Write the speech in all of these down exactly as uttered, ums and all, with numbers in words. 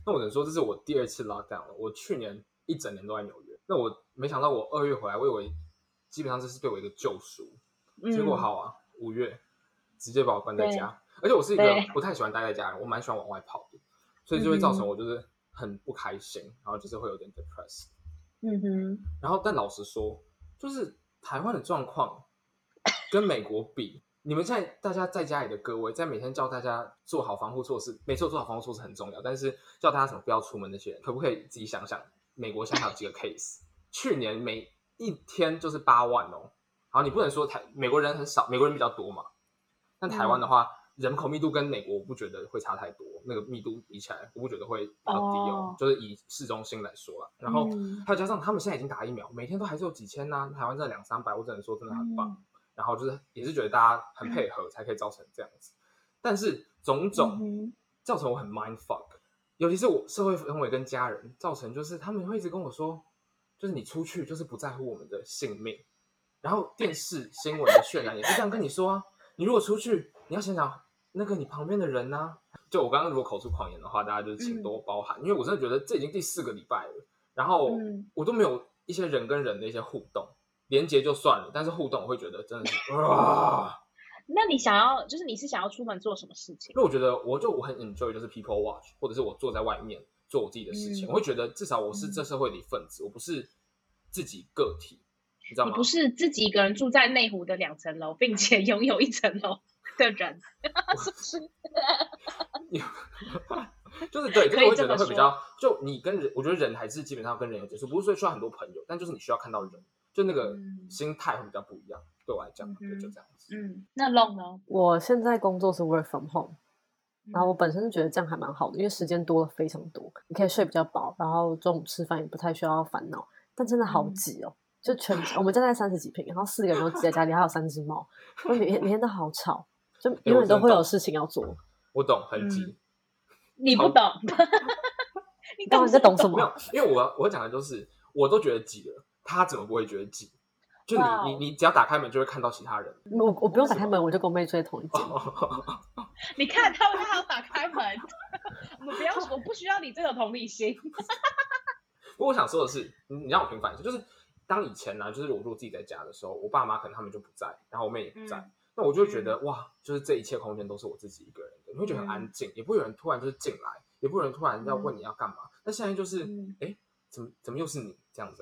那我只能说这是我第二次 lockdown 了，我去年一整年都在纽约，那我没想到我二月回来，我以为基本上这是对我一个救赎，嗯、结果好啊，五月直接把我关在家，而且我是一个不太喜欢待在家的人，我蛮喜欢往外跑的，所以就会造成我就是很不开心，然后就是会有点 depressed。嗯哼，然后但老实说，就是台湾的状况跟美国比，你们现在大家在家里的各位，在每天叫大家做好防护措施，没错，做好防护措施很重要，但是叫大家什么不要出门那些人，可不可以自己想想，美国现在有几个 case？ 去年每一天就是八万哦。好，你不能说台美国人很少，美国人比较多嘛，但台湾的话。嗯，人口密度跟美国我不觉得会差太多，那个密度比起来我不觉得会比较低哦， oh. 就是以市中心来说啦。然后还有加上他们现在已经打疫苗，每天都还是有几千啊，台湾真的两三百，我只能说真的很棒。嗯、然后就是也是觉得大家很配合才可以造成这样子，但是种种造成我很 mind fuck， 尤其是我社会氛围跟家人造成，就是他们会一直跟我说，就是你出去就是不在乎我们的性命，然后电视新闻的渲染也是这样跟你说啊，你如果出去，你要想想。那个你旁边的人啊，就我刚刚如果口出狂言的话，大家就是请多包涵、嗯、因为我真的觉得这已经第四个礼拜了，然后我都没有一些人跟人的一些互动，连结就算了，但是互动我会觉得真的是啊。 那你想要就是你是想要出门做什么事情？ 因为我觉得我就我很 enjoy 就是 people watch， 或者是我坐在外面做我自己的事情、嗯、我会觉得至少我是这社会的一份子、嗯、我不是自己个体，你知道吗？ 你不是自己一个人住在内湖的两层楼并且拥有一层楼的人是不是？ 就是对，就是我会觉得会比较，就你跟人，我觉得人还是基本上跟人有接触，不是说需要很多朋友，但就是你需要看到人，就那个心态会比较不一样。嗯、对我来讲、嗯，就这样子。 嗯，那 Long 呢？ 我现在工作是 work from home，、嗯、然后我本身觉得这样还蛮好的，因为时间多了非常多，你可以睡比较饱，然后中午吃饭也不太需要烦恼，但真的好挤哦。嗯，就全我们家在三十几平，然后四个人都挤在家里，还有三只猫，我每天每天都好吵，就永远都会有事情要做。 欸、我, 我懂，很挤、嗯。 你不懂， 你到底在懂什么？ 没有，因为我我讲的就是，我都觉得挤了，他怎么不会觉得挤？就你、wow. 你你只要打开门就会看到其他人。 我我不用打开门，我就跟我妹睡同一间。 你看他们还要打开门，我们不要，我不需要你这个同理心。 不过我想说的是，你让我平反一下，就是。当以前呢、啊，就是我如果自己在家的时候，我爸妈可能他们就不在，然后我妹也不在，嗯、那我就会觉得、嗯、哇，就是这一切空间都是我自己一个人的，你会觉得很安静、嗯，也不会有人突然就是进来，也不会有人突然要问你要干嘛。那、嗯、现在就是，哎、嗯，怎么怎么又是你这样子？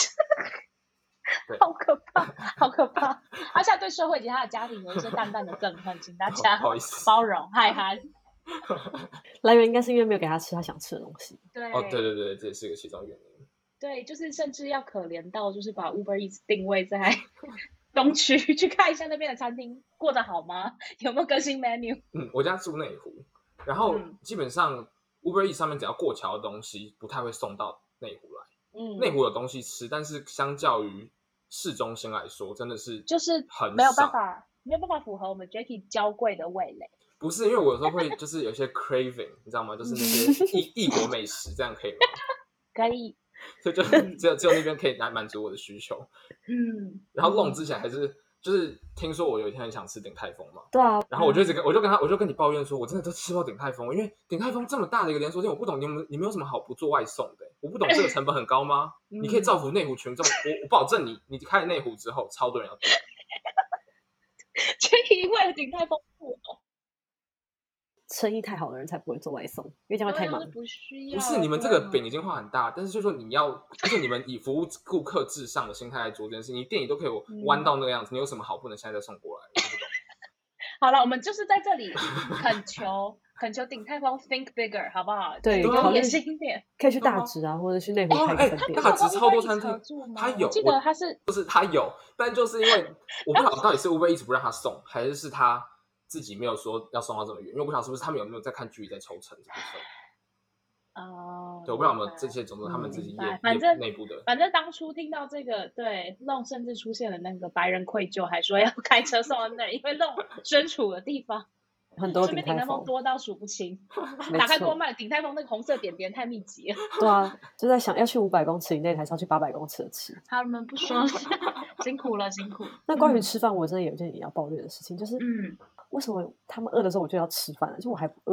好可怕，好可怕！他现在对社会以及他的家庭有一些淡淡的憎恨，请大家包容。嗨嗨， 来源应该是因为没有给他吃他想吃的东西。 对， 哦，对对对，这也是一个其中原因。 对，就是甚至要可怜到，就是把 Uber Eats 定位在东区，去看一下那边的餐厅过得好吗？有没有更新 menu？ 嗯，我家住内湖，然后基本上 Uber Eats 上面只要过桥的东西，不太会送到内湖来。嗯，内湖有东西吃，但是相较于市中心来说，真的是就是没有办法，没有办法符合我们 Jacky 娇贵的味蕾。 不是，因为我有时候会就是有些 craving， 你知道吗？就是那些异异国美食，这样可以吗？ 可以。 所以就只有只有那边可以来满足我的需求，嗯，然后弄之前还是就是听说我有一天很想吃鼎泰丰嘛， 对啊， 然后我就一直跟我就跟他我就跟你抱怨说，我真的都吃不到鼎泰丰，因为鼎泰丰这么大的一个连锁店，我不懂你们你们有什么好不做外送的、欸？我不懂这个成本很高吗？嗯、你可以造福内湖群众，我我保证你你开了内湖之后，超多人要点。 这一为了鼎泰丰不好。 生意太好的人才不会做外送，因为这样会太忙。 不需要， 不是你们这个饼已经画很大，但是就是说你要，就是你们以服务顾客至上的心态来做这件事，你店里都可以弯到那个样子，嗯、你有什么好不能现在再送过来？我不懂。 好了，我们就是在这里恳求恳求鼎泰丰 think bigger， 好不好？ 对， 有野心一点， 可以去大直啊，或者去内湖开个分店。 大直超多餐厅，他有， 记得他是不是他有，但就是因为我不知道到底是 Uber 一直不让他送，还是是他。自己没有说要送到这么远，因为我不晓得是不是他们有没有在看距离在抽成这部分。哦，对，我不知道有没有这些种种他们自己业反正内部的。 反正当初听到这个，对 Long 甚至出现了那个白人愧疚，还说要开车送到那儿，因为 Long 身处的地方很多鼎泰丰多到数不清。打开锅卖鼎泰丰那个红色点点太密集了。 对啊，就在想要去五百公尺以内，还是要去八百公尺的吃。 他们不说，辛苦了，辛苦。 那关于吃饭，我真的有一件也要抱怨的事情，就是嗯。为什么他们饿的时候我就要吃饭了？就我还不饿啊！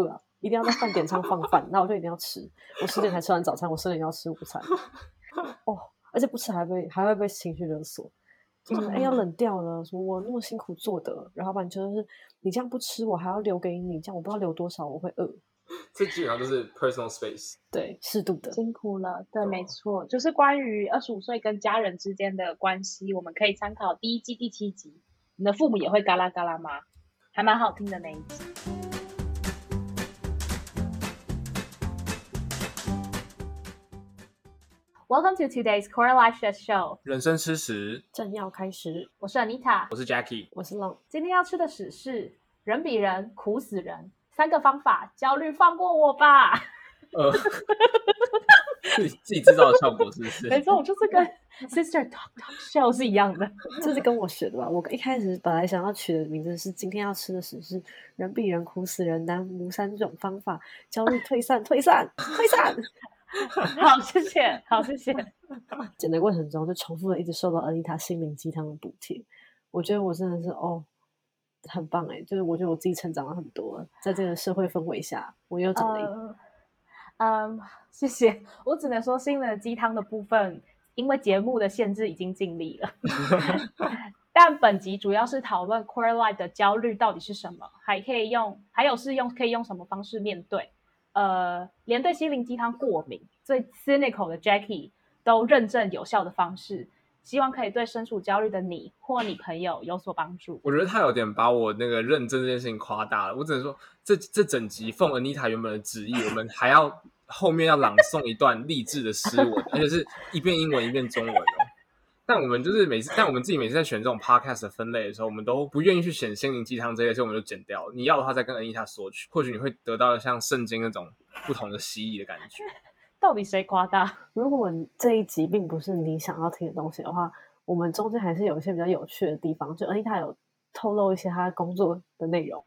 一定要在饭点上放饭，那我就一定要吃。我十点才吃完早餐，我十点要吃午餐。哦，而且不吃还被还会被情绪勒索，就是哎、欸、要冷掉了，说我那么辛苦做的，然后不然就是你这样不吃，我还要留给你，这样我不知道留多少，我会饿。 这基本上就是 personal space， 对，适度的。 辛苦了，对，没错，就是关于二十五岁跟家人之间的关系，我们可以参考第一季第七集。你的父母也会嘎啦嘎啦吗？还蛮好听的那一集。Welcome to today's Core Life Chat Show。 人生吃屎正要开始， 我是 Anita， 我是 Jackie， 我是 Long。 今天要吃的屎是人比人苦死人，三个方法，焦虑放过我吧。 呃，自己自己制造的效果是不是？ 没错，我就是跟 Sister Talk Talk Show 是一样的。 这是跟我学的吧？我一开始本来想要取的名字是今天要吃的屎是人比人苦死人，南无三种方法，焦虑退散退散退散。 好，谢谢，好，谢谢。 剪的过程中就重复的一直受到Anita心灵鸡汤的补贴，我觉得我真的是哦，很棒哎！就是我觉得我自己成长了很多，在这个社会氛围下，我又长了一。 嗯、呃嗯，谢谢。我只能说心灵鸡汤的部分，因为节目的限制已经尽力了。但本集主要是讨论 Core Life 的焦虑到底是什么，还可以用，还有是用可以用什么方式面对。呃，连对心灵鸡汤过敏、最 cynical 的 Jackie 都认证有效的方式，希望可以对身处焦虑的你或你朋友有所帮助。 我觉得他有点把我那个认真这件事情夸大了。我只能说，这这整集奉 Anita 原本的旨意，我们还要后面要朗诵一段励志的诗文，而且是一遍英文一遍中文哦。但我们就是每次，但我们自己每次在选这种 podcast 的分类的时候，我们都不愿意去选心灵鸡汤这些，所以我们就剪掉了。你要的话再跟 Anita 索取，或许你会得到像圣经那种不同的蜥蜴的感觉。 到底谁夸大？ 如果这一集并不是你想要听的东西的话，我们中间还是有一些比较有趣的地方，就 Anita 有透露一些他工作的内容。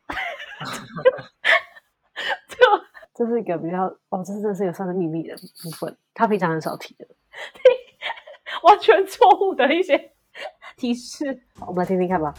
这是一个比较哦，这真的是一个算是秘密的部分，他平常很少提的。 完全错误的一些提示， 我们来听听看吧。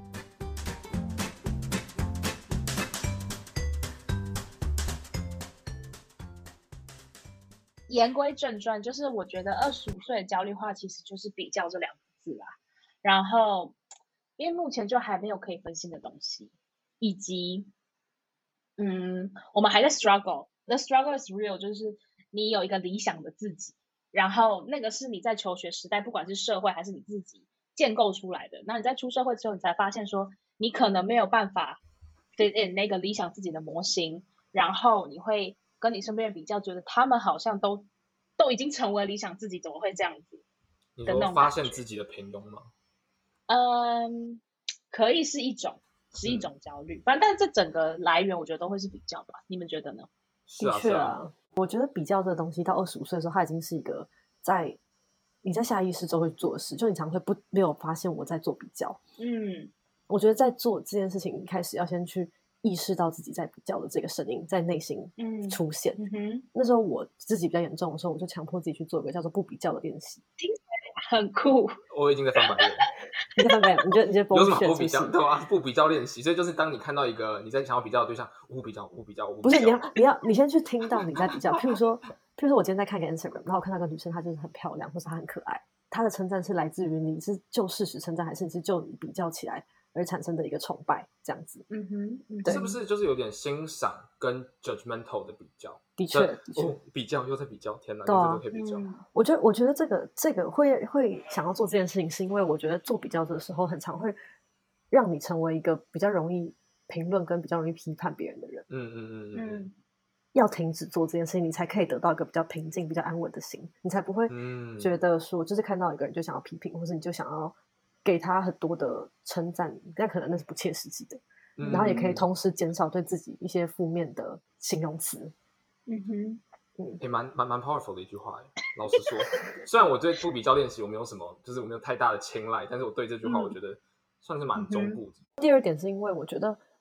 言归正传，就是我觉得二十五岁的焦虑化其实就是比较这两个字啦。然后，因为目前就还没有可以分析的东西，以及，嗯，我们还在 struggle。The struggle is real， 就是你有一个理想的自己。然后那个是你在求学时代，不管是社会还是你自己建构出来的。那你在出社会之后，你才发现说，你可能没有办法 fit in 那个理想自己的模型。然后你会跟你身边人比较，觉得他们好像都都已经成为理想自己，怎么会这样子？ 你说发现自己的平庸吗？ 嗯，可以是一种，是一种焦虑。反正，但是这整个来源，我觉得都会是比较吧。你们觉得呢？ 是啊， 的确啊。我觉得比较这个东西到二十五岁的时候，它已经是一个在你在下意识中会做的事，就你常会不没有发现我在做比较。 嗯， 我觉得在做这件事情开始要先去意识到自己在比较的这个声音在内心出现。 嗯嗯、 那时候我自己比较严重的时候，我就强迫自己去做一个叫做不比较的练习。 听起来很酷。 我已经在翻白眼。 你在翻白眼？你觉得你觉得有什么不比较？对啊，不比较练习，所以就是当你看到一个你在想要比较的对象，我不比较，我不比较，我不比较。 不是你要你要你先去听到你在比较，譬如说，譬如说我今天在看一个 Instagram， 然后我看到一个女生，她就是很漂亮，或是她很可爱，她的称赞是来自于你是就事实称赞，还是你是就你比较起来而产生的一个崇拜，这样子。 嗯哼，嗯是不是就是有点欣赏跟 judgmental 的比较？ 的确，的确、 哦，比较又在比较，天哪， 对啊， 你这都可以比较。 嗯、 我觉得，我觉得这个这个会会想要做这件事情，是因为我觉得做比较的时候，很常会让你成为一个比较容易评论跟比较容易批判别人的人。 嗯嗯嗯嗯。 要停止做这件事情，你才可以得到一个比较平静、比较安稳的心，你才不会觉得说，就是看到一个人就想要批评，或是你就想要给他很多的称赞，但可能那是不切实际的。嗯、然后也可以同时减少对自己一些负面的形容词。 嗯哼， 嗯，也蛮蛮蛮 powerful 的一句话。老实说，虽然我对不比较练习我没有什么，就是我没有太大的青睐，但是我对这句话我觉得算是蛮中部的。 嗯、第二点是因为我觉得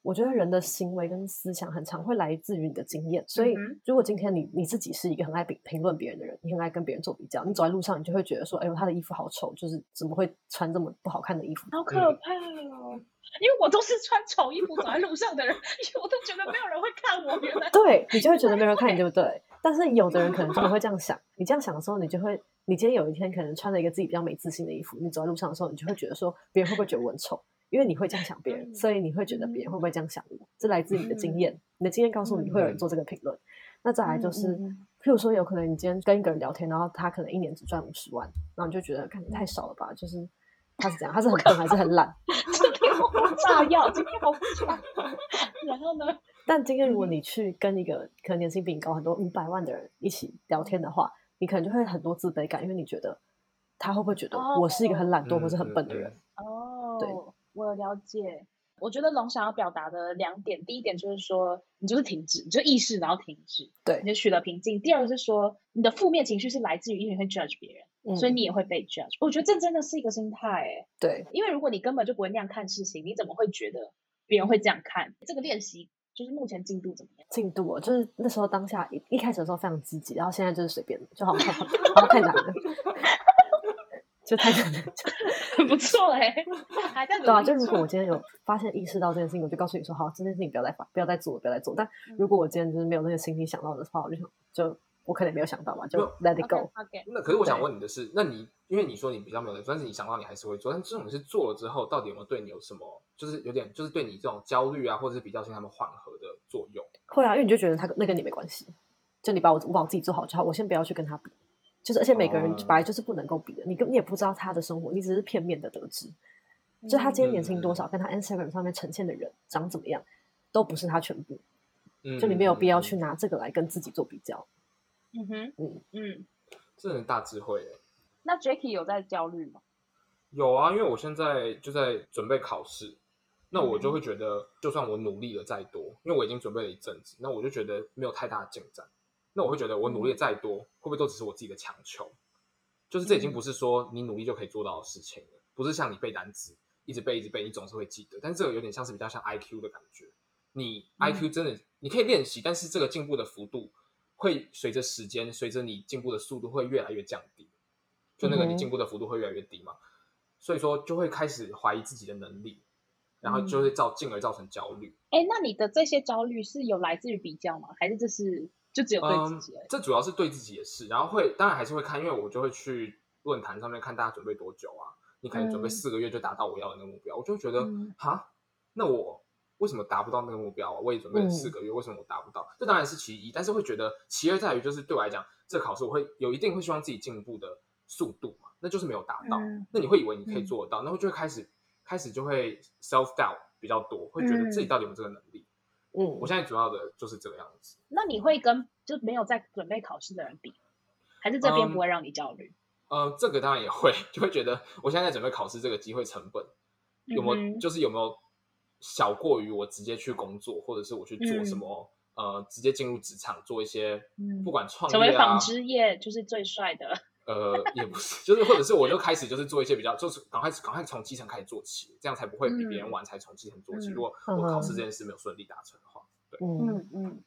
我觉得人的行为跟思想很常会来自于你的经验，所以如果今天你你自己是一个很爱评评论别人的人，你很爱跟别人做比较，你走在路上你就会觉得说，哎呦他的衣服好丑，就是怎么会穿这么不好看的衣服， 好可怕哦、嗯，因为我都是穿丑衣服走在路上的人，我都觉得没有人会看我，原来对，你就会觉得没有人看你，对不对？但是有的人可能真的会这样想，你这样想的时候，你就会，你今天有一天可能穿了一个自己比较没自信的衣服，你走在路上的时候，你就会觉得说，别人会不会觉得我很丑？因为你会这样想别人，所以你会觉得别人会不会这样想我？这来自于你的经验，你的经验告诉你会有人做这个评论。那再来就是，譬如说，有可能你今天跟一个人聊天，然后他可能一年只赚五十万，然后你就觉得，看你太少了吧？就是他是怎样？他是很笨还是很懒？ 今天我不炸药，今天我不炸。然后呢？ 但今天如果你去跟一个可能年薪比你高很多五百万的人一起聊天的话，你可能就会很多自卑感，因为你觉得他会不会觉得我是一个很懒惰或是很笨的人？ 哦， 对， 我了解。我觉得龙想要表达的两点，第一点就是说，你就是停止，你就意识，然后停止， 对， 你就取得平静。第二个是说，你的负面情绪是来自于因为你会 judge 别人。嗯、所以你也会被 judge， 我觉得这真的是一个心态哎。 对， 因为如果你根本就不会那样看事情，你怎么会觉得别人会这样看？这个练习就是目前进度怎么样？ 进度哦，就是那时候当下一一开始的时候非常积极，然后现在就是随便，就好像好像太难了，就太难了， 很不错哎、欸，还在努力。 对啊，就如果我今天有发现意识到这件事情，我就告诉你说，好，这件事情不要再不要再做，不要再做。但如果我今天就是没有那个心情想到的话，我就想就。我可能没有想到嘛，就 let it go。 Okay, okay. 那可是我想问你的是，那你因为你说你比较没有，但是你想到你还是会做，但这种是做了之后，到底有没有对你有什么，就是有点就是对你这种焦虑啊，或者是比较性他们缓和的作用？ 会啊，因为你就觉得他那跟你没关系，就你把我我把我自己做好就好，我先不要去跟他比。就是而且每个人本来就是不能够比的，你根你也不知道他的生活，你只是片面的得知。就他今天年薪多少，跟他 Instagram 上面呈现的人长怎么样，都不是他全部。就你没有必要去拿这个来跟自己做比较。 嗯哼，嗯嗯， 这很大智慧耶。 那 Jacky 有在焦虑吗？ 有啊，因为我现在就在准备考试，那我就会觉得，就算我努力了再多，因为我已经准备了一阵子，那我就觉得没有太大的进展。那我会觉得我努力再多，会不会都只是我自己的强求？就是这已经不是说你努力就可以做到的事情了，不是像你背单词，一直背一直背，你总是会记得。但是这个有点像是比较像 I Q 的感觉，你 I Q 真的、嗯、你可以练习，但是这个进步的幅度会随着时间，随着你进步的速度会越来越降低，就那个你进步的幅度会越来越低嘛，所以说就会开始怀疑自己的能力，然后就会造进而造成焦虑。 哎、嗯，那你的这些焦虑是有来自于比较吗？还是这是就只有对自己而已？ 嗯，这主要是对自己也是，然后会当然还是会看，因为我就会去论坛上面看大家准备多久啊，你可能准备四个月就达到我要的那个目标，嗯、我就会觉得哈、嗯，那我。为什么达不到那个目标啊？我也准备了四个月、嗯，为什么我达不到？这当然是其一，但是会觉得其二在于，就是对我来讲，这个考试我会有一定会希望自己进步的速度嘛，那就是没有达到。嗯、那你会以为你可以做得到，那、嗯、就会开始开始就会 self doubt 比较多，会觉得自己到底有没有这个能力。嗯，我现在主要的就是这个样子。 那你会跟就没有在准备考试的人比，还是这边不会让你焦虑？ 嗯、呃，这个当然也会，就会觉得我现在在准备考试，这个机会成本有没有、嗯，就是有没有？小过于我直接去工作，或者是我去做什么、嗯、呃，直接进入职场做一些，嗯、不管创业啊， 成为纺织业就是最帅的。 呃，也不是，就是或者是我就开始就是做一些比较，就是赶快赶快从基层开始做起，这样才不会比别人晚才从基层做起、嗯。如果我考试这件事没有顺利达成的话，对， 嗯嗯。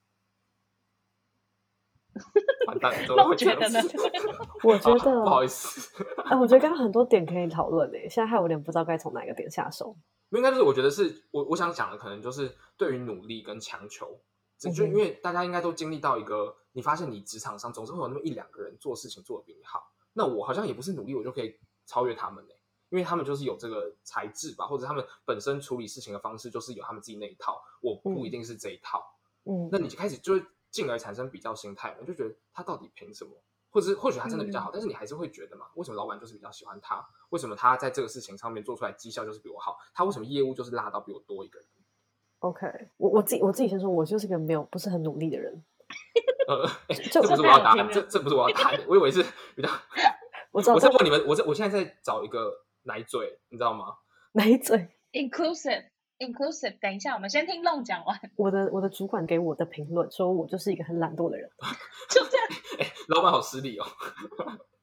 完蛋了， 那我觉得呢？ 我觉得不好意思， 哎，我觉得刚刚很多点可以讨论诶，现在还有点不知道该从哪个点下手。 应该就是我觉得是我我想讲的，可能就是对于努力跟强求，就因为大家应该都经历到一个，你发现你职场上总是会有那么一两个人做事情做得比你好，那我好像也不是努力我就可以超越他们欸，因为他们就是有这个才智吧，或者他们本身处理事情的方式就是有他们自己那一套，我不一定是这一套，嗯，那你就开始就会进而产生比较心态，我就觉得他到底凭什么？或者是或许他真的比较好、嗯，但是你还是会觉得嘛，为什么老板就是比较喜欢他？为什么他在这个事情上面做出来绩效就是比我好？他为什么业务就是拉到比我多一个人 ？OK， 我我自己我自己先说，我就是个没有不是很努力的人。 呃，这不是我要答案，这这不是我要答案，我以为是比较。 我知道， 我在问你们，我在我现在在找一个奶嘴，你知道吗？ 奶嘴 ，inclusive。inclusive， 等一下，我们先听Long讲完。 我的我的主管给我的评论说，我就是一个很懒惰的人， 就这样。 哎、欸，老板好失礼哦。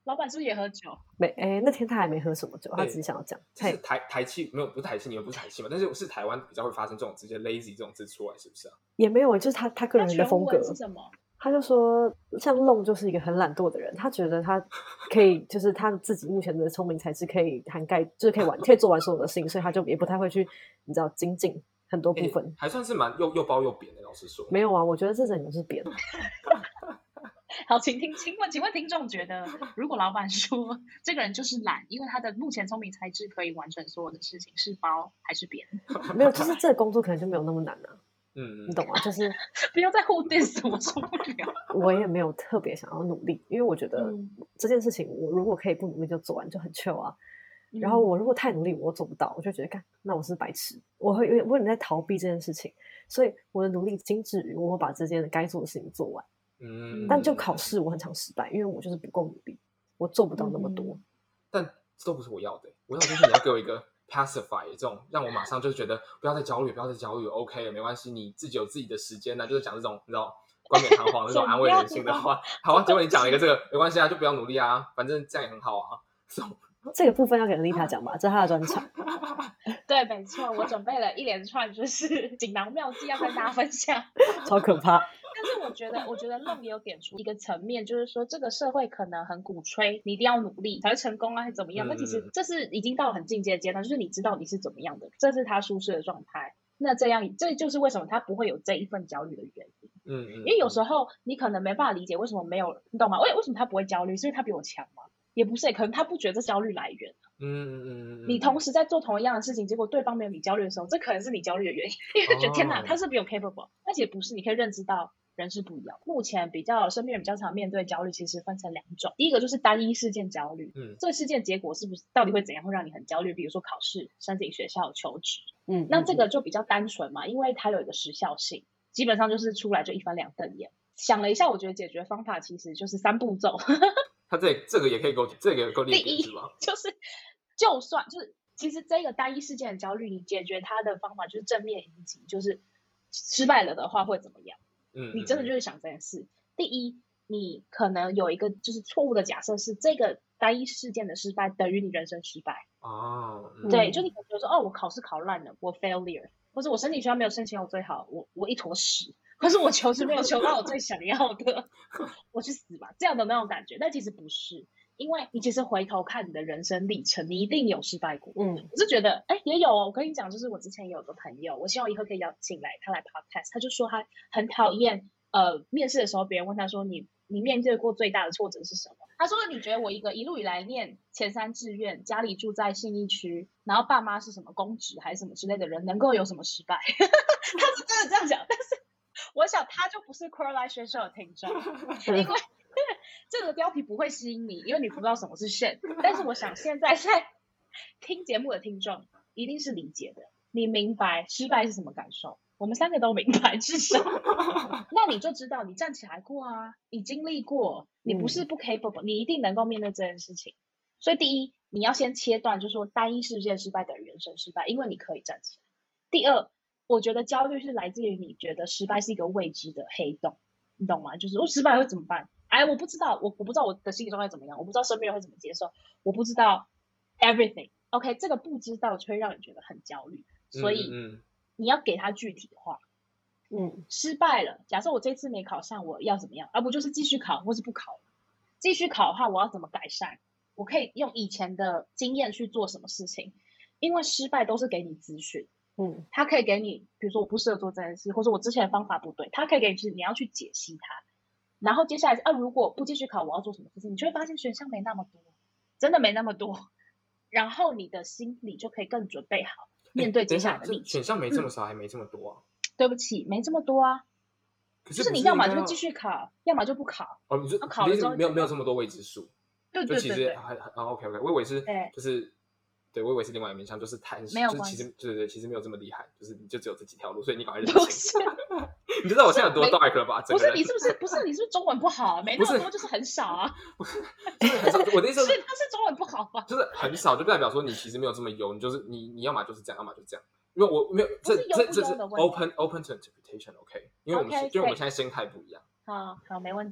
老板是不是也喝酒？ 没，哎，那天他还没喝什么酒，他只是想要讲。 就是台台企没有，不是台企，你们不是台企嘛？但是是台湾比较会发生这种直接 lazy 这种字出来，是不是啊？ 也没有，就是他他个人的风格是什么？ 他就说，像弄就是一个很懒惰的人，他觉得他可以，就是他自己目前的聪明才智可以涵盖，就是可以完，可以做完所有的事情，所以他就也不太会去，你知道精进很多部分， 欸、还算是蛮又又包又扁的。老实说， 没有啊，我觉得这整个是扁。 好，请听，请问，请问听众觉得，如果老板说这个人就是懒，因为他的目前聪明才智可以完成所有的事情，是包还是扁？ 没有，就是这个工作可能就没有那么难啊。 嗯， 你懂吗？就是不要再互 diss， 我受不了。 我也没有特别想要努力，因为我觉得这件事情，我如果可以不努力就做完，就很 chill 啊。嗯、然后我如果太努力，我做不到，我就觉得干，那我是白痴。我会有点，我有点在逃避这件事情，所以我的努力精致于我会把这件该做的事情做完。嗯，但就考试我很常失败，因为我就是不够努力，我做不到那么多。 嗯、但这都不是我要的，我要就是你要给我一个。pacify 这种让我马上就觉得不要再焦虑，不要再焦虑 ，OK 了，没关系，你自己有自己的时间呢、啊，就是讲这种你知道冠冕堂皇那种安慰人心的话。好啊，结果你讲了一个这个没关系啊，就不要努力啊，反正这样也很好啊。 这个部分要给Anita讲吧，这是他的专场。 对，没错，我准备了一连串就是锦囊妙计要跟大家分享， 超可怕。 但是我觉得，我觉得弄也有点出一个层面，就是说这个社会可能很鼓吹你一定要努力才会成功啊，还是怎么样？那、嗯、其实这是已经到了很进阶的阶段，就是你知道你是怎么样的，这是他舒适的状态。那这样，这就是为什么他不会有这一份焦虑的原因。嗯嗯。因为有时候你可能没办法理解为什么没有，你懂吗？为为什么他不会焦虑？是因为他比我强吗？也不是，可能他不觉得这焦虑来源。嗯嗯嗯。你同时在做同样的事情，结果对方没有你焦虑的时候，这可能是你焦虑的原因。因为觉得天哪，他是比我 capable， 但其实不是，你可以认知到。人是不一样。目前比较身边人比较常面对焦虑，其实分成两种。第一个就是单一事件焦虑，嗯，这个事件结果是不是到底会怎样，会让你很焦虑？比如说考试、申请学校、求职，嗯，那这个就比较单纯嘛，因为它有一个时效性，基本上就是出来就一翻两瞪眼。想了一下，我觉得解决方法其实就是三步骤。 他这这个也可以够，这个也够列点是吧？ 就是就算就是其实这个单一事件的焦虑，你解决它的方法就是正面迎击，就是失败了的话会怎么样？嗯，你真的就是想这件事。第一，你可能有一个就是错误的假设，是这个单一事件的失败等于你人生失败。哦，嗯、对，就你可能说，哦，我考试考烂了，我 failure， 或者我申请学校没有申请到最好，我我一坨屎，或是我求职没有求到我最想要的，我去死吧，这样的那种感觉。但其实不是，因为你其实回头看你的人生历程，你一定有失败过。嗯，我是觉得，哎，也有哦。我跟你讲，就是我之前有个朋友，我希望以后可以邀请来他来 podcast， 他就说他很讨厌，呃，面试的时候别人问他说你你面对过最大的挫折是什么？他说你觉得我一个一路以来念前三志愿，家里住在信义区，然后爸妈是什么公职还是什么之类的人，能够有什么失败？他是真的这样讲，但是我想他就不是 Core Life 学校的听众，因为这个标题不会吸引你，因为你不知道什么是 shit。但是我想现在在听节目的听众一定是理解的，你明白失败是什么感受，我们三个都明白至少那你就知道你站起来过啊，你经历过，你不是不 capable，、嗯、你一定能够面对这件事情。所以第一，你要先切断，就是说单一事件失败等于人生失败，因为你可以站起来。第二，我觉得焦虑是来自于你觉得失败是一个未知的黑洞，你懂吗？就是我失败会怎么办？哎，我不知道，我我不知道我的心理状态怎么样，我不知道身边人会怎么接受，我不知道 everything。OK， 这个不知道就会让你觉得很焦虑，所以你要给它具体化。嗯，失败了，假设我这次没考上，我要怎么样？而不就是继续考，或是不考？继续考的话，我要怎么改善？我可以用以前的经验去做什么事情？因为失败都是给你资讯，嗯，它可以给你，比如说我不适合做这件事，或者我之前的方法不对，它可以给你，就是你要去解析它。然后接下来啊，如果不继续考，我要做什么事情？你就会发现选项没那么多，真的没那么多。然后你的心理就可以更准备好面对接下来的历程。 选项没这么少，嗯、还没这么多啊。 对不起，没这么多啊。 可是就是你要么就继续考，要么就不考。 哦，你说考了之后没有没有这么多未知数。 对对对对。 就其实还啊 OK OK， 我以为是就是。对，我以为是另外一面向，就是太没有就是其实对对对，其实没有这么厉害，就是你就只有这几条路，所以你赶快认清。你知道我现在有多 dark 了吧？ 不是你是不是不是你是不是中文不好、啊？没那么多就是很少啊。 不是，就是很少。我的意思是他是中文不好吗？ 就是很少，就代表说你其实没有这么优，你就是你你要么就是这样，要么就这样。因为我没有这这这是 open open to interpretation，OK？、Okay? 因为我们 okay, 因为我们现在心态不一样。 好好，没问题。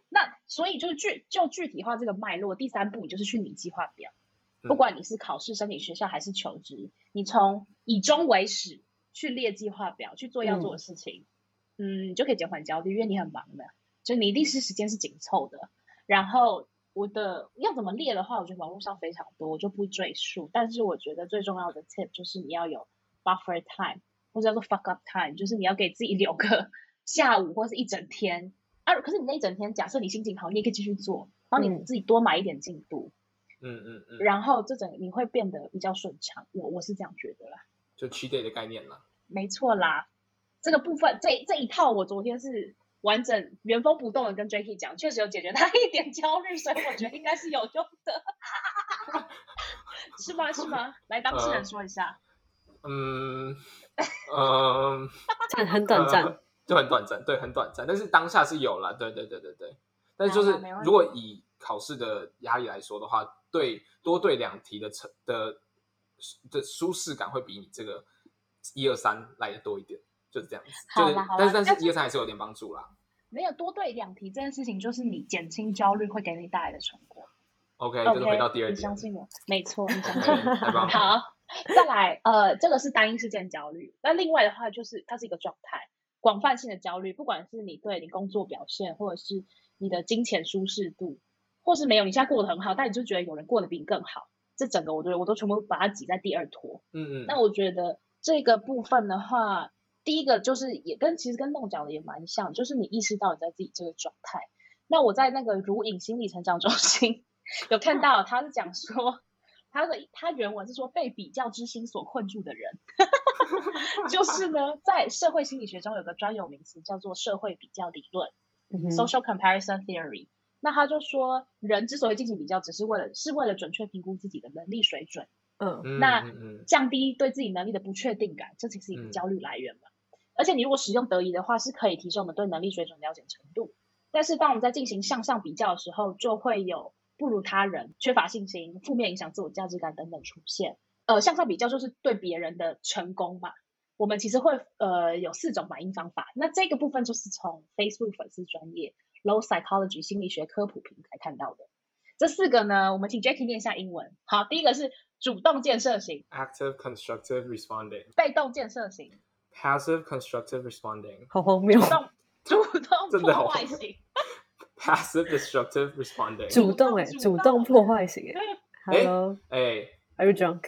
那所以就是具就具体化这个脉络，第三步你就是去拟计划表。不管你是考试、申请学校还是求职，你从以终为始去列计划表，去做要做的事情，嗯，你就可以减缓焦虑，因为你很忙的，就你一定是时间是紧凑的。然后我的要怎么列的话，我觉得网络上非常多，我就不赘述。但是我觉得最重要的 tip 就是你要有 buffer time， 或者叫做 fuck up time， 就是你要给自己留个下午或是一整天啊。可是你那一整天，假设你心情好，你也可以继续做，然后你自己多买一点进度。 嗯嗯嗯， 然后这整你会变得比较顺畅，我我是这样觉得啦， 就七 day 的概念啦， 没错啦。这个部分这这一套，我昨天是完整原封不动的跟 Jacky 讲，确实有解决他一点焦虑，所以我觉得应该是有用的，是吗？是吗？来，当事人说一下。 呃、嗯嗯， 很短暂、呃， 就很短暂，对，很短暂，但是当下是有啦，对对对对对。但是就是如果以考试的压力来说的话，对多对两题的的的舒适感会比你这个一二三来的多一点，就是这样子。就是但是但是一二三还是有点帮助啦。 没有多对两题这件事情，就是你减轻焦虑会给你带来的成果。 OK， 就是回到第二点， 你相信我，没错，你相信我。太棒了。好，再来，呃，这个是单一事件焦虑。那另外的话，就是它是一个状态，广泛性的焦虑，不管是你对你工作表现，或者是你的金钱舒适度，或是没有你现在过得很好，但你就觉得有人过得比你更好，这整个我觉得我都全部把它挤在第二坨。 嗯嗯。 那我觉得这个部分的话，第一个就是也跟其实跟梦讲的也蛮像，就是你意识到你在自己这个状态。那我在那个如影心理成长中心有看到他是讲说，他的他原文是说被比较之心所困住的人，就是呢，在社会心理学中有个专有名词叫做社会比较理论。 嗯、 social comparison theory。那他就说，人之所以进行比较，只是为了是为了准确评估自己的能力水准。 嗯， 那降低对自己能力的不确定感，这其实是一个焦虑来源嘛。嗯、而且你如果使用得宜的话，是可以提升我们对能力水准了解程度。但是当我们在进行向上比较的时候，就会有不如他人、缺乏信心、负面影响自我价值感等等出现。呃，向上比较就是对别人的成功嘛。我们其实会呃有四种反应方法，那这个部分就是从 Facebook 粉丝专页 Low Psychology 心理学科普平台看到的。这四个呢，我们请 Jacky 念一下英文。好，第一个是主动建设型 Active Constructive Responding， 被动建设型 Passive Constructive Responding， 好荒谬， 主动主动破坏型 Passive Destructive Responding， 主动哎、欸，主动破坏型哎、欸。Hello， 哎、欸、 ，Are you drunk？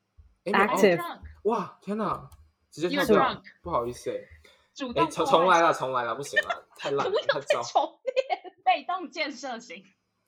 Active， 哇，天哪！直接跳掉，不好意思哎、欸，哎，重重来了，重来了，不行了，太烂了，太糟。 重练，被动建设型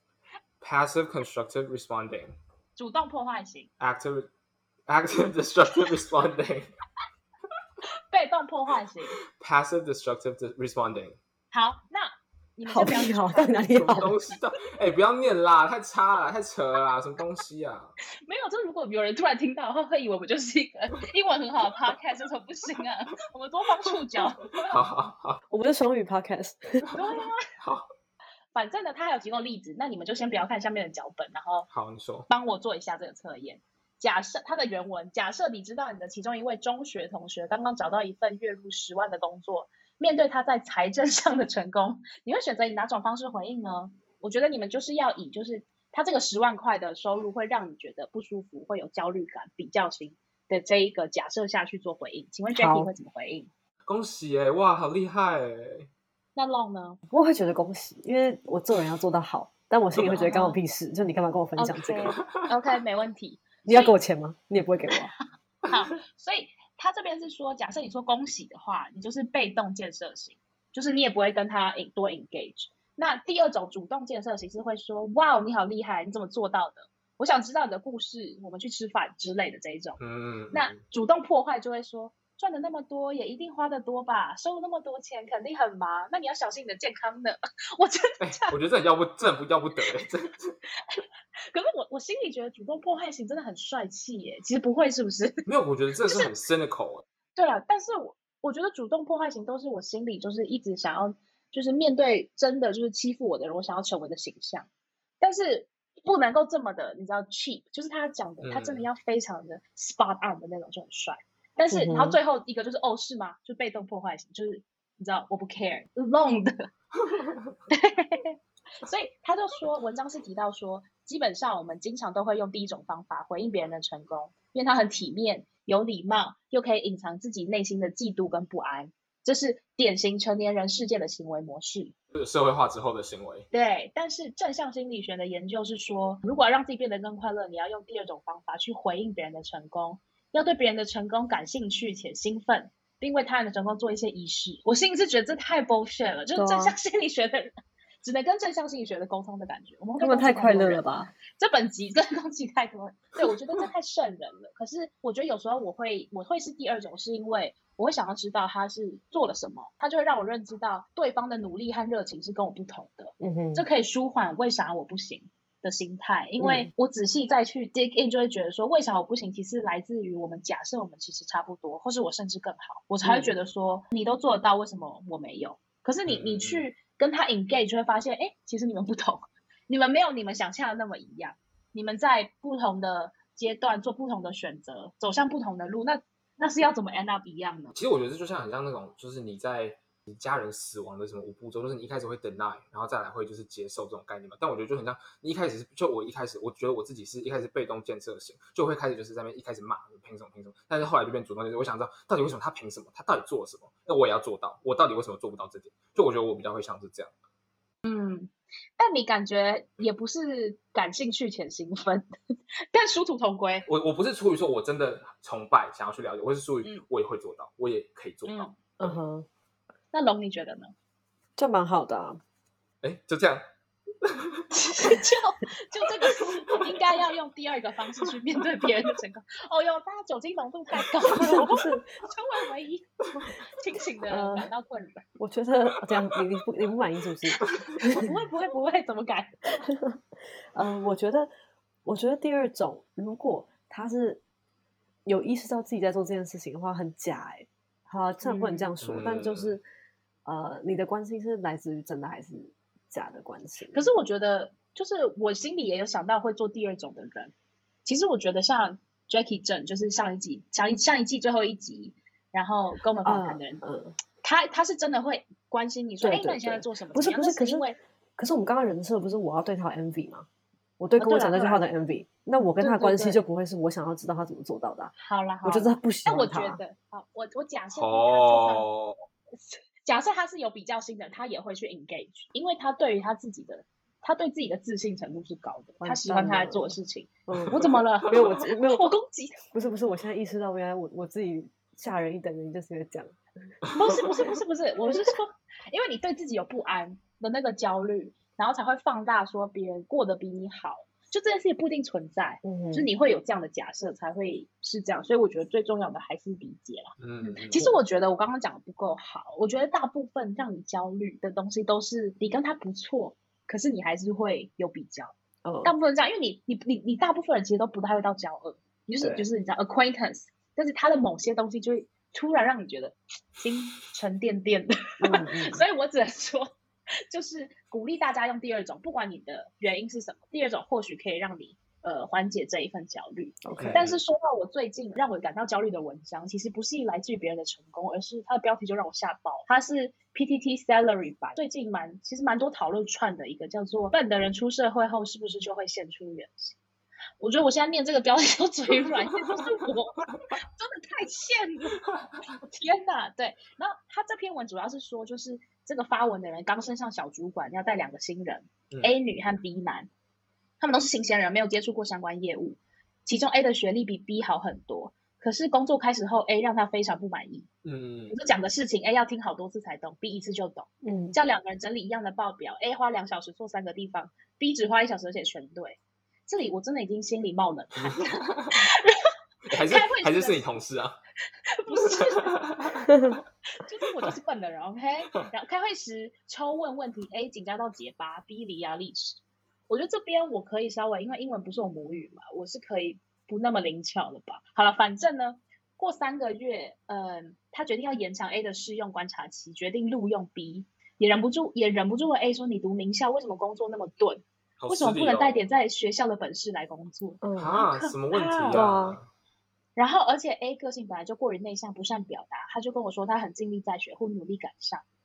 ，Passive Constructive Responding， 主动破坏型 ，Active Active Destructive Responding， 被动破坏型 ，Passive Destructive Responding。 好，那你们好屁好，到哪里好？ 什么东西到？哎、欸，不要念啦，太差了，太扯了啦，什么东西啊？ 没有，就是如果有人突然听到的话，会以为我就是一个英文很好的 podcast， 有什么不行啊？我们多方触角。 好好好， 我们是双语 podcast。 对啊。 好。 反正呢，他还有提供例子，那你们就先不要看下面的脚本，然后好，你说， 帮我做一下这个测验。假设他的原文，假设你知道你的其中一位中学同学刚刚找到一份月入十万的工作，面对他在财政上的成功，你会选择以哪种方式回应呢？我觉得你们就是要以就是他这个十万块的收入会让你觉得不舒服，会有焦虑感、比较心的这一个假设下去做回应。请问 Jacky 会怎么回应？ 恭喜哎、欸，哇，好厉害哎、欸！ 那 Long 呢？ 我会觉得恭喜，因为我做人要做到好，但我心里会觉得干我屁事，就你干嘛跟我分享这个 ？OK，, okay 没问题。 你要给我钱吗？你也不会给我。 好，所以他这边是说，假设你说恭喜的话，你就是被动建设型，就是你也不会跟他多 engage。那第二种主动建设型是会说，哇，你好厉害，你怎么做到的？我想知道你的故事，我们去吃饭之类的这一种。 嗯， 那主动破坏就会说，赚的那么多，也一定花的多吧？收入那么多钱，肯定很忙。那你要小心你的健康呢。我真的、 欸，我觉得这很要不，这很不要不得哎、欸，真的。 可是我我心里觉得主动破坏型真的很帅气耶，其实不会是不是？ 没有，我觉得这是很 cynical、欸。 对啊，但是我我觉得主动破坏型都是我心里就是一直想要，就是面对真的就是欺负我的人，我想要成为的形象，但是不能够这么的，你知道 cheap， 就是他讲的，他真的要非常的 spot on 的那种就很帅。但是，然后最后一个就是、嗯、哦，是吗？就被动破坏型，就是你知道我不 care long 的。 所以他就说，文章是提到说，基本上我们经常都会用第一种方法回应别人的成功，因为他很体面、有礼貌，又可以隐藏自己内心的嫉妒跟不安，这是典型成年人世界的行为模式， 社会化之后的行为。 对，但是正向心理学的研究是说，如果要让自己变得更快乐，你要用第二种方法去回应别人的成功，要对别人的成功感兴趣且兴奋，并为他人的成功做一些仪式。我心里是觉得这太 bullshit 了，就是正向心理学的人、啊、只能跟正向心理学的沟通的感觉。我们会他们太快乐了吧？ 这本集真的攻击太多人，对，我觉得这太瘆人了。可是我觉得有时候我会我会是第二种，是因为我会想要知道他是做了什么，他就会让我认知到对方的努力和热情是跟我不同的， 嗯哼， 这可以舒缓为啥我不行的心态，因为我仔细再去 dig in 就会觉得说为啥我不行其实来自于我们假设我们其实差不多，或是我甚至更好，我才会觉得说、嗯、你都做得到为什么我没有。可是你你去跟他 engage 就会发现哎，其实你们不同，你们没有你们想象的那么一样，你们在不同的阶段做不同的选择，走向不同的路，那那是要怎么 end up 一样呢？ 其实我觉得这就像很像那种就是你在你家人死亡的什么五步骤，就是你一开始会 deny， 然后再来会就是接受这种概念嘛。但我觉得就很像你一开始就我一开始我觉得我自己是一开始被动建设型，就会开始就是在那边一开始骂凭什么凭什么，但是后来就变主动，就是我想知道到底为什么他凭什么，他到底做了什么，那我也要做到，我到底为什么做不到这点？就我觉得我比较会像是这样。 嗯，但你感觉也不是感兴趣且兴奋，但殊途同归。 我我不是出于说我真的崇拜想要去了解，我是出于我也会做到、嗯、我也可以做到。 嗯哼， 那龙你觉得呢？ 就蛮好的啊。 哎，就这样。 就就这个应该要用第二个方式去面对别人的成功。哦哟，大家酒精浓度太高了， 不是成为唯一清醒的人感到困扰、呃。 我觉得这样你你不你不满意是不是？ 不会不会不会，怎么改？ 嗯、呃，我觉得我觉得第二种，如果他是有意识到自己在做这件事情的话，很假哎、欸。好，这样不能这样说，嗯、但就是呃，你的关心是来自于真的还是假的关系？ 可是我觉得，就是我心里也有想到会做第二种的人。其实我觉得像 Jackie Chen， 就是上一季上一上一季最后一集，然后跟我们访谈的人，嗯嗯、他他是真的会关心你说，哎，那你现在做什么？ 不是不是，可是因为可是我们刚刚人设不是我要对他有 envy 吗？我对跟我讲那句话的 envy，、哦、那我跟他的关系就不会是我想要知道他怎么做到的、啊。 好啦， 我就是不喜欢他。 但我觉得，好，我我假设哦，假设他是有比较心的，他也会去 engage， 因为他对于他自己的，他对自己的自信程度是高的，他喜欢他在做的事情。嗯，我怎么了？ 没有，我没有， 我攻击。 不是不是，我现在意识到，原来我我自己下人一等人，就是因为这样。 不是不是不是不是，我是说，因为你对自己有不安的那个焦虑。然后才会放大说别人过得比你好，就这件事情不一定存在，嗯、就是你会有这样的假设才会是这样，所以我觉得最重要的还是理解啦。嗯，其实我觉得我刚刚讲的不够好，我觉得大部分让你焦虑的东西都是你跟他不错，可是你还是会有比较。哦，大部分这样，因为你你你你大部分人其实都不太会到骄傲，就是就是你知道 acquaintance， 但是他的某些东西就会突然让你觉得心沉甸甸的，嗯嗯所以我只能说。就是鼓励大家用第二种，不管你的原因是什么，第二种或许可以让你呃缓解这一份焦虑。 Okay. 但是说到我最近让我感到焦虑的文章，其实不是来自于别人的成功，而是它的标题就让我吓爆。它是 P T T Salary 版，最近蛮其实蛮多讨论串的一个叫做“笨的人出社会后是不是就会现出原形”。我觉得我现在念这个标题都嘴软，因为都是我，真的太欠了，天哪！对，然后他这篇文主要是说，就是这个发文的人刚升上小主管，要带两个新人、嗯、，A 女和 B 男，他们都是新鲜人，没有接触过相关业务。其中 A 的学历比 B 好很多，可是工作开始后 ，A 让他非常不满意。嗯，我就讲的事情 ，A 要听好多次才懂 ，B 一次就懂。嗯，叫两个人整理一样的报表 ，A 花两小时做三个地方 ，B 只花一小时而且全对。这里我真的已经心里冒冷汗， 还是还是是你同事啊？ 不是，就是我就是笨的人 ，OK。然后开会时抽问问题 ，A 紧张到结巴 ，B 伶牙俐齿。我觉得这边我可以稍微，因为英文不是我母语嘛，我是可以不那么灵巧了吧？好了，反正呢，过三个月，嗯，他决定要延长 A 的试用观察期，决定录用 B， 也忍不住也忍不住问 A 说：“你读名校，为什么工作那么钝？” 哦、 为什么不能带点在学校的本事来工作？ 嗯啊，什么问题啊？ 然后，而且 A 个性本来就过于内向，不善表达，他就跟我说他很尽力在学，会努力赶上。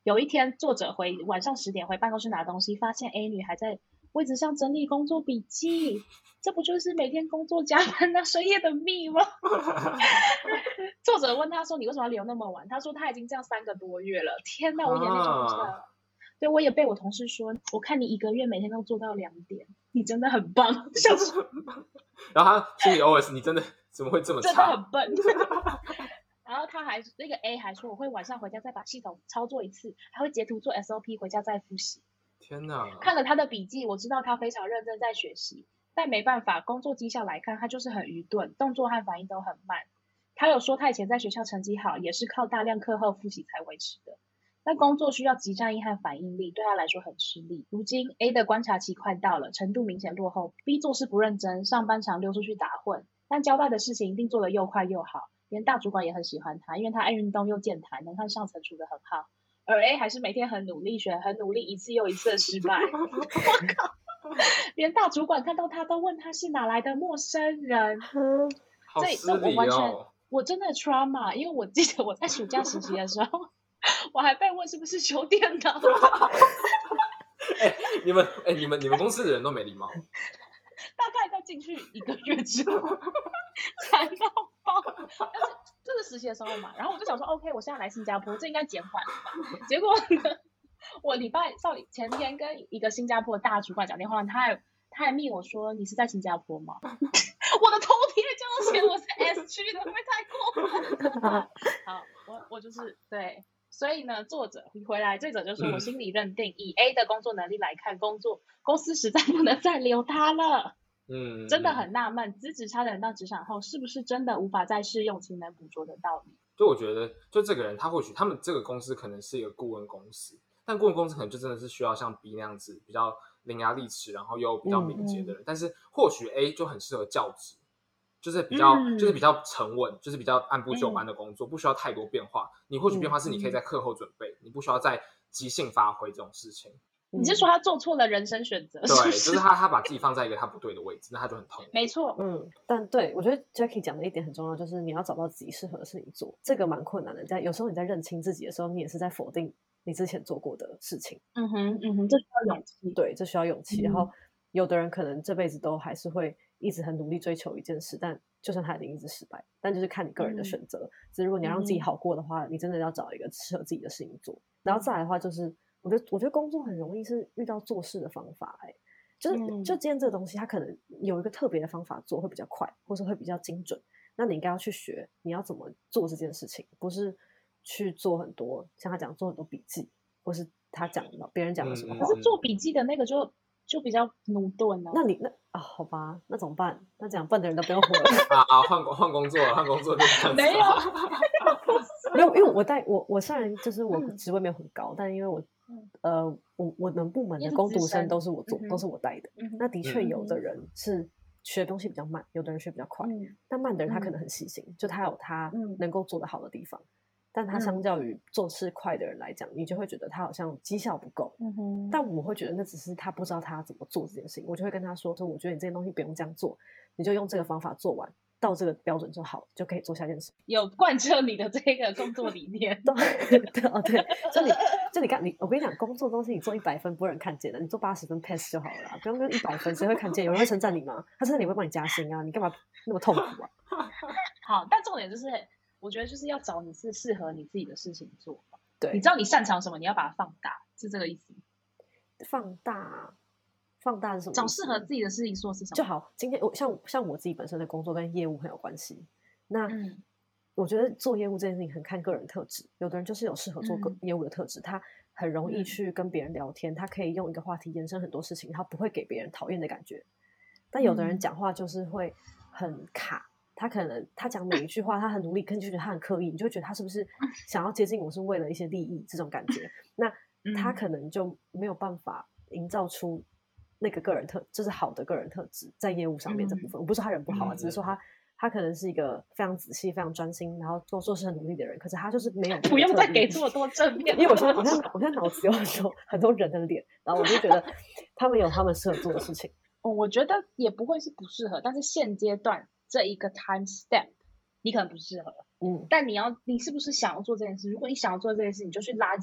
有一天作者回晚上十点回办公室拿东西，发现 A 女还在位置上整理工作笔记，这不就是每天工作加班到深夜的蜜吗？作者问他说你为什么要留那么晚，他说他已经这样三个多月了，天哪，我眼泪就不下了、啊、对，我也被我同事说，我看你一个月每天都做到两点，你真的很棒。 然后他心里 O S 你真的怎么会这么差， 真的很笨。然后他还那个 A 还说我会晚上回家再把系统操作一次，还会截图做 S O P 回家再复习。 天哪！ 看了他的笔记，我知道他非常认真在学习，但没办法，工作绩效来看，他就是很愚钝，动作和反应都很慢。他有说他以前在学校成绩好，也是靠大量课后复习才维持的。但工作需要即战力和反应力，对他来说很吃力。如今 A 的观察期快到了，程度明显落后。B 做事不认真，上班常溜出去打混，但交代的事情一定做得又快又好，连大主管也很喜欢他，因为他爱运动又健谈，能和上层处得很好。而 A 还是每天很努力学，很努力，一次又一次的失败。我靠！连大主管看到他都问他是哪来的陌生人。 嗯，好失礼哦！ 我完全，我真的 trauma， 因为我记得我在暑假实习的时候，我还被问是不是修电脑。 哎、欸，你们哎、欸，你们你们公司的人都没礼貌。 大概在进去一个月之后，才到爆。但是这是实习的时候嘛，然后我就想说 ，OK， 我现在来新加坡，这应该减缓了吧？结果呢，我礼拜上前天跟一个新加坡的大主管讲电话，他还他还密我说你是在新加坡吗？我的头贴就写我是 S 区的，会不会太过分？好，我我就是对。所以呢，作者回来，作者就说我心里认定，以 A 的工作能力来看，工作公司实在不能再留他了。嗯，真的很纳闷，资质差的人到职场后，是不是真的无法再适用勤能补拙的道理？ 就我觉得，就这个人，他或许他们这个公司可能是一个顾问公司，但顾问公司可能就真的是需要像 B 那样子比较伶牙俐齿，然后又比较敏捷的人。嗯嗯，但是或许 A 就很适合教职。就是比较、嗯、就是比较沉稳，就是比较按部就班的工作、嗯、不需要太多变化。你或许变化是你可以在课后准备、嗯、你不需要在即兴发挥这种事情。 你是说他做错了人生选择？ 对，是是就是他他把自己放在一个他不对的位置，那他就很痛苦。 没错， 嗯，但对我觉得 Jackie 讲的一点很重要，就是你要找到自己适合的事情做，这个蛮困难的。在有时候你在认清自己的时候，你也是在否定你之前做过的事情。 嗯哼，嗯哼，这需要勇气。 对，这需要勇气。嗯、然后有的人可能这辈子都还是会一直很努力追求一件事，但就算他已经一直失败，但就是看你个人的选择。嗯、只是如果你要让自己好过的话、嗯、你真的要找一个适合自己的事情做。然后再来的话，就是我觉得我觉得工作很容易是遇到做事的方法、欸，就是、嗯、就今天这个东西，它可能有一个特别的方法做会比较快，或是会比较精准。那你应该要去学你要怎么做这件事情，不是去做很多像他讲做很多笔记，或是他讲别人讲的什么话。 可是做笔记的那个就。就比较驽钝啊。 那你那啊，好吧，那怎么办？那这样笨的人都不用活了啊啊！换换工作了，换工作就这样子。 没有， 没有，因为我带我我虽然就是我职位没有很高，嗯、但因为我呃我我们部门的工读生都是我做，嗯、都是我带的。嗯、那的确有的人是学东西比较慢，有的人学比较快。嗯、但慢的人他可能很细心，嗯、就他有他能够做得好的地方。但他相较于做事快的人来讲、嗯、你就会觉得他好像绩效不够、嗯、哼但我会觉得那只是他不知道他怎么做这件事情。我就会跟他说说我觉得你这件东西不用这样做，你就用这个方法做完，到这个标准就好，就可以做下件事。 有贯彻你的这个工作理念对对哦对，就你就你看你我跟你讲，工作东西你做一百分不会有人看见的，你做八十分 pass 就好了啦，不用跟一百分谁会看见？有人会称赞你吗？他称赞你会帮你加薪啊，你干嘛那么痛苦啊？ 好，但重点就是我觉得就是要找你是适合你自己的事情做。 对， 你知道你擅长什么，你要把它放大，是这个意思。 放大，放大是什么意思？ 找适合自己的事情做是什么就好。今天我像像我自己本身的工作跟业务很有关系。那、嗯、我觉得做业务这件事情很看个人特质，有的人就是有适合做业务的特质，嗯、他很容易去跟别人聊天，嗯、他可以用一个话题延伸很多事情，他不会给别人讨厌的感觉。但有的人讲话就是会很卡。他可能他讲每一句话他很努力，可你就觉得他很刻意，你就会觉得他是不是想要接近我是为了一些利益这种感觉。那他可能就没有办法营造出那个个人特就是好的个人特质在业务上面这部分。我不是说他人不好啊，只是说他他可能是一个非常仔细非常专心然后做做事很努力的人，可是他就是没有不用再给这么多正面。 因为我现在我现在我现在脑子有很多很多人的脸，然后我就觉得他们有他们适合做的事情。 哦，我觉得也不会是不适合，但是现阶段这一个 time step 你可能不适合，嗯，但你要你是不是想要做这件事？如果你想要做这件事，你就去拉近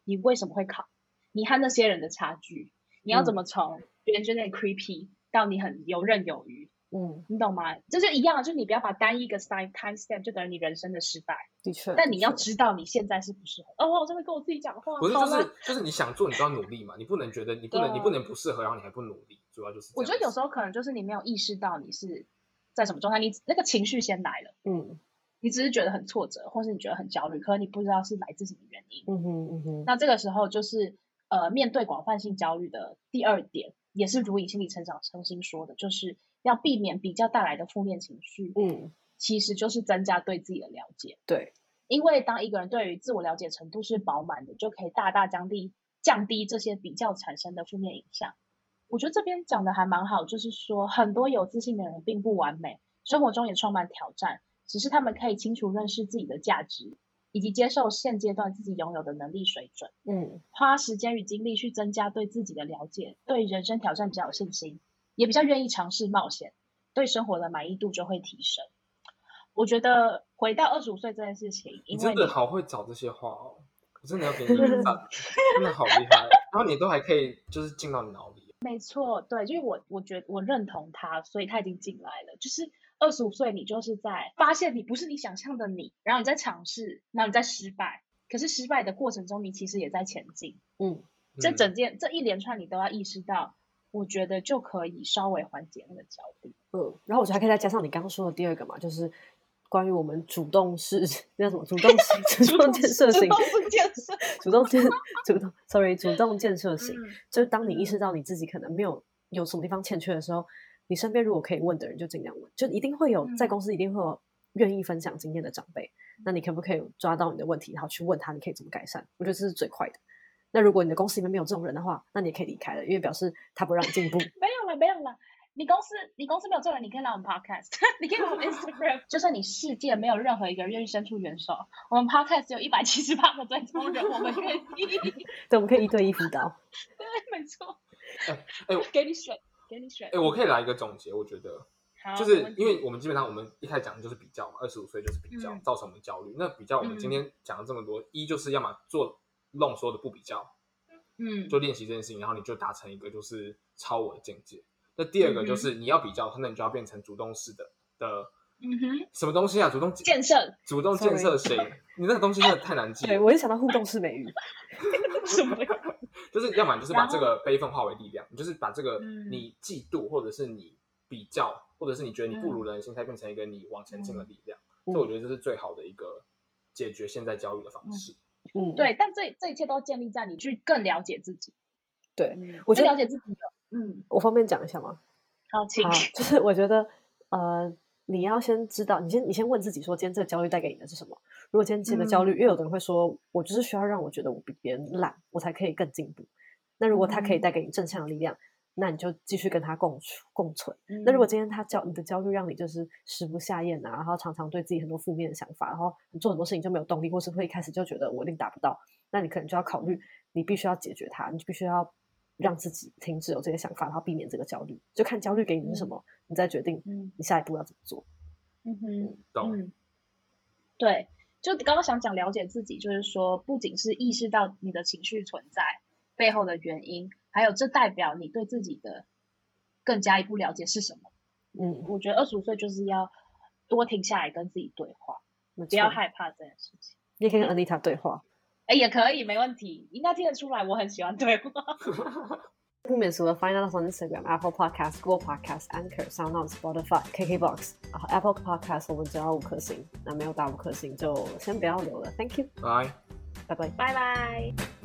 你为什么会考，你和那些人的差距，你要怎么从别人觉得你 creepy 到你很游刃有余。嗯，你懂吗？就是一样，就是你不要把单一个 time step 就等于你人生的失败。 的确， 但你要知道你现在是不适合。哦，我真的跟我自己讲话。 不是，就是就是你想做，你就要努力嘛。你不能觉得你不能你不能不适合，然后你还不努力，主要就是这样。 我觉得有时候可能就是你没有意识到你是在什么状态，你那个情绪先来了。嗯，你只是觉得很挫折，或是你觉得很焦虑，可是你不知道是来自什么原因。嗯哼嗯哼。那这个时候就是呃，面对广泛性焦虑的第二点，也是如以心理成长中心说的，就是要避免比较带来的负面情绪。嗯，其实就是增加对自己的了解。 对， 因为当一个人对于自我了解程度是饱满的，就可以大大降低降低这些比较产生的负面影响。我觉得这边讲的还蛮好，就是说很多有自信的人并不完美，生活中也充满挑战，只是他们可以清楚认识自己的价值，以及接受现阶段自己拥有的能力水准。嗯，花时间与精力去增加对自己的了解，对人生挑战比较有信心，也比较愿意尝试冒险，对生活的满意度就会提升。我觉得回到二十五岁这件事情， 你真的好会找这些话哦，我真的要给你一个赞，真的好厉害。然后你都还可以就是进到你脑里。 没错，对，就是我我觉得我认同他，所以他已经进来了。就是二十五岁，你就是在发现你不是你想象的你，然后你在尝试，然后你在失败，可是失败的过程中，你其实也在前进。嗯，这整件这一连串你都要意识到，我觉得就可以稍微缓解那个焦虑。 嗯，然后我觉得还可以再加上你刚刚说的第二个嘛，就是关于我们主动式那叫什么主动式主动建设型， 主动式建设， 主动建主动 sorry 主动建设型，嗯、就是当你意识到你自己可能没有有什么地方欠缺的时候，你身边如果可以问的人就尽量问，就一定会有在公司一定会有愿意分享经验的长辈，嗯、那你可不可以抓到你的问题，然后去问他你可以怎么改善？我觉得这是最快的。那如果你的公司里面没有这种人的话，那你也可以离开了，因为表示他不让你进步。 没有了，没有了。你公司你公司没有这种人，你可以来我们 podcast， 你可以来我们 Instagram。就算你世界没有任何一个人愿意伸出援手，我们 podcast 有一百七十八个追踪人，我们可以对，我们可以一对一辅导。 对，没错。 哎哎， 给你选，给你选。 哎，我可以来一个总结，我觉得，就是因为我们基本上我们一开始讲的就是比较嘛，二十五岁就是比较、嗯、造成我们焦虑。那比较我们今天讲了这么多，嗯、一就是要么做弄说的不比较，嗯，就练习这件事情，然后你就达成一个就是超我的境界。那第二个就是你要比较，那你就要变成主动式的的，嗯哼，什么东西啊？主动建设， 主动建设谁？你那个东西真的太难记了。 对，我就想到互动式美语， 什么？ 就是要么就是把这个悲愤化为力量，你就是把这个你嫉妒或者是你比较，或者是你觉得你不如人的心态，变成一个你往前进的力量。所以我觉得这是最好的一个解决现在焦虑的方式。 嗯，对，但这这一切都建立在你去更了解自己。 对，我觉得了解自己的。嗯， 我方便讲一下吗？ 好，请。 好，就是我觉得，呃，你要先知道，你先你先问自己说，今天这个焦虑带给你的是什么？如果今天这个焦虑，因为有的人会说，我就是需要让我觉得我比别人烂，我才可以更进步。那如果他可以带给你正向的力量，那你就继续跟他共处共存。嗯、那如果今天他焦你的焦虑让你就是食不下咽啊，然后常常对自己很多负面的想法，然后你做很多事情就没有动力，或是会一开始就觉得我一定达不到，那你可能就要考虑，你必须要解决它，你必须要让自己停止有这些想法，然后避免这个焦虑，就看焦虑给你是什么，嗯、你再决定你下一步要怎么做。 嗯哼，懂。嗯，对，就刚刚想讲了解自己，就是说不仅是意识到你的情绪存在背后的原因，还有这代表你对自己的更加一步了解是什么。嗯，我觉得二十五岁就是要多停下来跟自己对话，不要害怕这件事情。 你也可以跟 Anita 对话。 哎，也可以，没问题，应该听得出来我很喜欢对话。 不免俗的 find us on Instagram、Apple Podcast、Google Podcast、Anchor、SoundOn、Spotify、K K Box， 然后 Apple Podcast 我们只要五颗星，那没有打五颗星就先不要留了。Thank you， 拜拜拜拜拜。